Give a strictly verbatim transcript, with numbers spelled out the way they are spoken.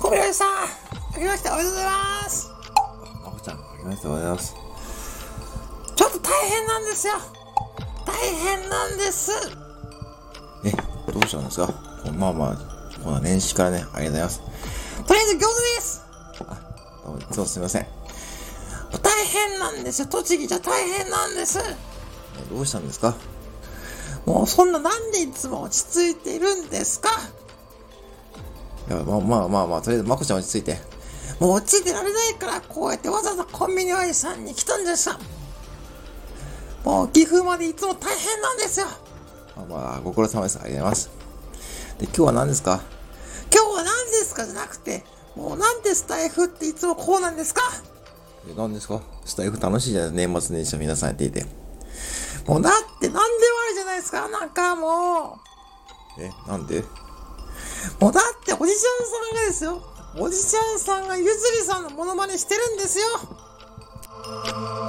小宮さん、あけましておめでとうございます。 まこちゃん、あけましておめでとうございます。 ちょっと大変なんですよ。大変なんです。 え、どうしたんですか？まあまあ、この年始からね、ありがとうございます。 とりあえず餃子です。 あ、どうもいつもすみません。 大変なんですよ。栃木じゃ大変なんです。 え、どうしたんですか？ もうそんななんでいつも落ち着いているんですか？ いや、まあまあまあまあ、とりあえずまこちゃん落ち着いて。 もう落ち着いてられないから、こうやってわざわざコンビニおじさんに来たんですよ。もう岐阜までいつも大変なんですよ。 まあまあ、ご苦労様です。ありがとうございます。で、今日は何ですか？ 今日は何ですかじゃなくて、もうなんでスタイフっていつもこうなんですか？ え、何ですか？スタイフ楽しいじゃないですか。年末年始は皆さんやっていて。 もうだって何でもあるじゃないですか。なんかもえ、なんで？ う。もうだっておじちゃんさんがですよ。おじちゃんさんがゆずりさんのモノマネしてるんですよ。